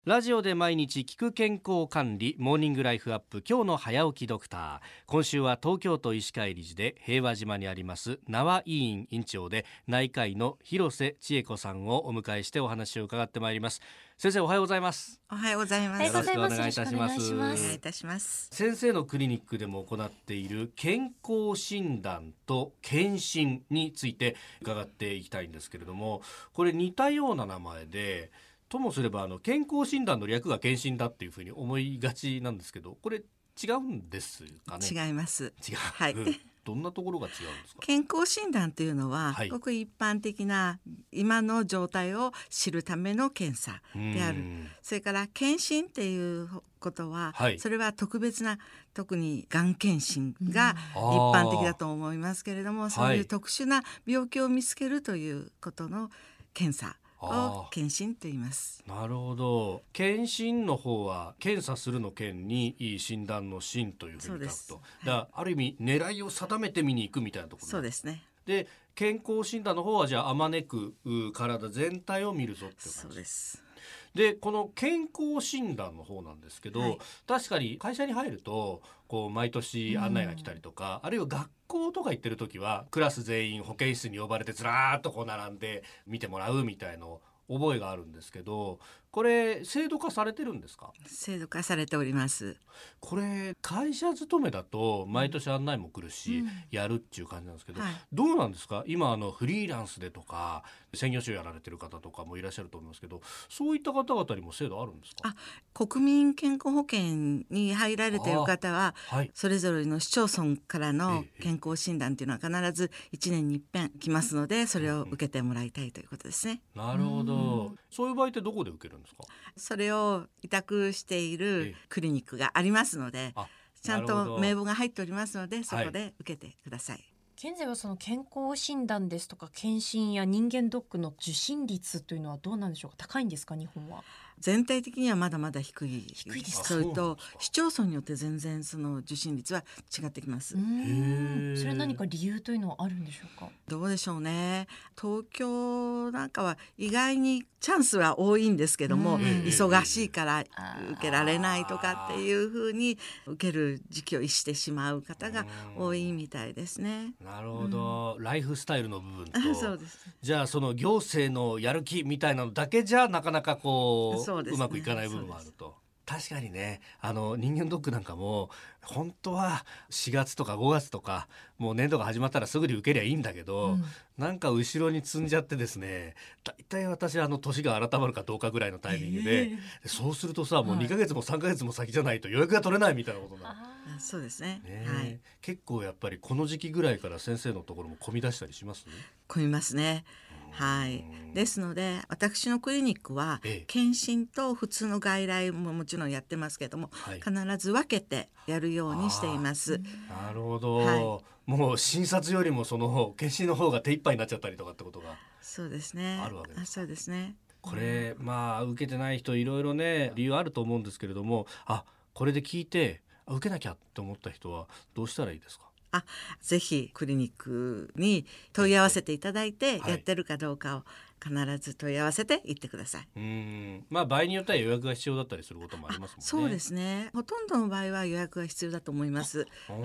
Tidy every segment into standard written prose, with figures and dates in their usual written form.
ラジオで毎日聞く健康管理モーニングライフアップ、今日の早起きドクター。今週は東京都医師会理事で平和島にあります縄医院院長で内科医の広瀬千恵子さんをお迎えしてお話を伺ってまいります。先生、おはようございます。 おはようございます。 よろしくお願いいたします。 お願いいたします。 先生のクリニックでも行っている健康診断と検診について伺っていきたいんですけれども、これ似たような名前で、ともすれば健康診断の略が検診だっていうふうに思いがちなんですけど、これ違うんですかね。 違います。 違う、 はい、 どんなところが違うんですか。 健康診断というのは、 はい、 ごく一般的な今の状態を知るための検査である。それから検診っていうことは、 はい、 それは特別な、特にがん検診が一般的だと思いますけれども、そういう特殊な病気を見つけるということの検査を検診と言います。 なるほど。検診の方は検査するの検に診断の診というふうに書くと、だからある意味狙いを定めて見に行くみたいなところ。 そうですね。 で、健康診断の方はじゃああまねく体全体を見るぞっていう感じ。 そうです。 で、この健康診断の方なんですけど、確かに会社に入るとこう毎年案内が来たりとか、あるいは学校とか行ってる時はクラス全員保健室に呼ばれてずらーっとこう並んで見てもらうみたいな覚えがあるんですけど、これ制度化されてるんですか。 制度化されております。 これ会社勤めだと毎年案内も来るし、やるっていう感じなんですけど、どうなんですか。今フリーランスでとか専業主婦やられてる方とかもいらっしゃると思いますけど、そういった方々にも制度あるんですか。 国民健康保険に入られている方は、それぞれの市町村からの健康診断というのは必ず1年に一遍来ますので、それを受けてもらいたいということですね。 なるほど。そういう場合ってどこで受けるんですか。 それを委託しているクリニックがありますので、ちゃんと名簿が入っておりますので、そこで受けてください。 現在はその健康診断ですとか検診や人間ドックの受診率というのはどうなんでしょうか。高いんですか、日本は。 全体的にはまだまだ低いですか。 それと市町村によって全然その受診率は違ってきます。 それは何か理由というのはあるんでしょうか。 どうでしょうね。東京なんかは意外にチャンスは多いんですけども、忙しいから受けられないとかっていうふうに受ける時期を逸してしまう方が多いみたいですね。 なるほど、ライフスタイルの部分とそうです。 じゃあその行政のやる気みたいなのだけじゃなかなかこう、うまくいかない部分もあると。確かにね、人間ドックなんかも本当は4月とか5月とかもう年度が始まったらすぐに受けりゃいいんだけど、なんか後ろに積んじゃってですね、だいたい私年が改まるかどうかぐらいのタイミングで、そうするとさ、もう2ヶ月も3ヶ月も先じゃないと予約が取れないみたいなことになる。 そうですね。 結構やっぱりこの時期ぐらいから先生のところも混み出したりしますね。 混みますね。ですので私のクリニックは検診と普通の外来ももちろんやってますけども、必ず分けてやるようにしています。 なるほど、もう診察よりもその検診の方が手一杯になっちゃったりとかってことがそうですね。 あるわけですか。 そうですね。 これ受けてない人いろいろね理由あると思うんですけれども、これで聞いて受けなきゃって思った人はどうしたらいいですか。 ぜひクリニックに問い合わせていただいて、やってるかどうかを必ず問い合わせて行ってください。 場合によっては予約が必要だったりすることもありますもんね。 そうですね。ほとんどの場合は予約が必要だと思います。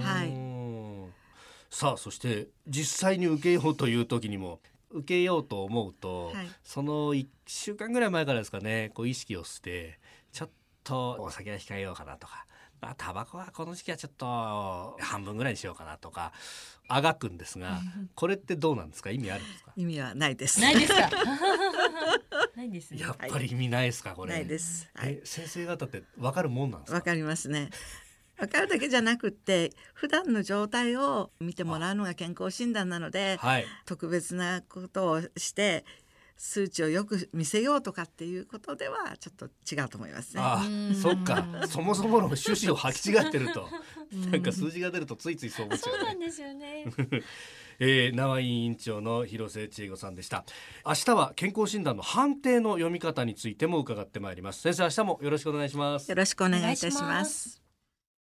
さあ、そして実際に受けようという時にも受けようと思うと、その1週間ぐらい前からですかね、こう意識をして、ちょっとお酒は控えようかなとか、タバコはこの時期はちょっと半分ぐらいにしようかなとかあがくんですが、これってどうなんですか。意味あるんですか。 意味はないです。 ないですか。ないですね。 やっぱり意味ないですか。これないです。 先生方って分かるもんなんですか。 分かりますね。分かるだけじゃなくって普段の状態を見てもらうのが健康診断なので、特別なことをして数値をよく見せようとかっていうことではちょっと違うと思いますね。 そっか、そもそもの趣旨を履き違ってるとなんか数字が出るとついついそう思っちゃうね。 そうなんですよね。 縄医院長の広瀬千恵子さんでした。明日は健康診断の判定の読み方についても伺ってまいります。先生、明日もよろしくお願いします。 よろしくお願いいたします。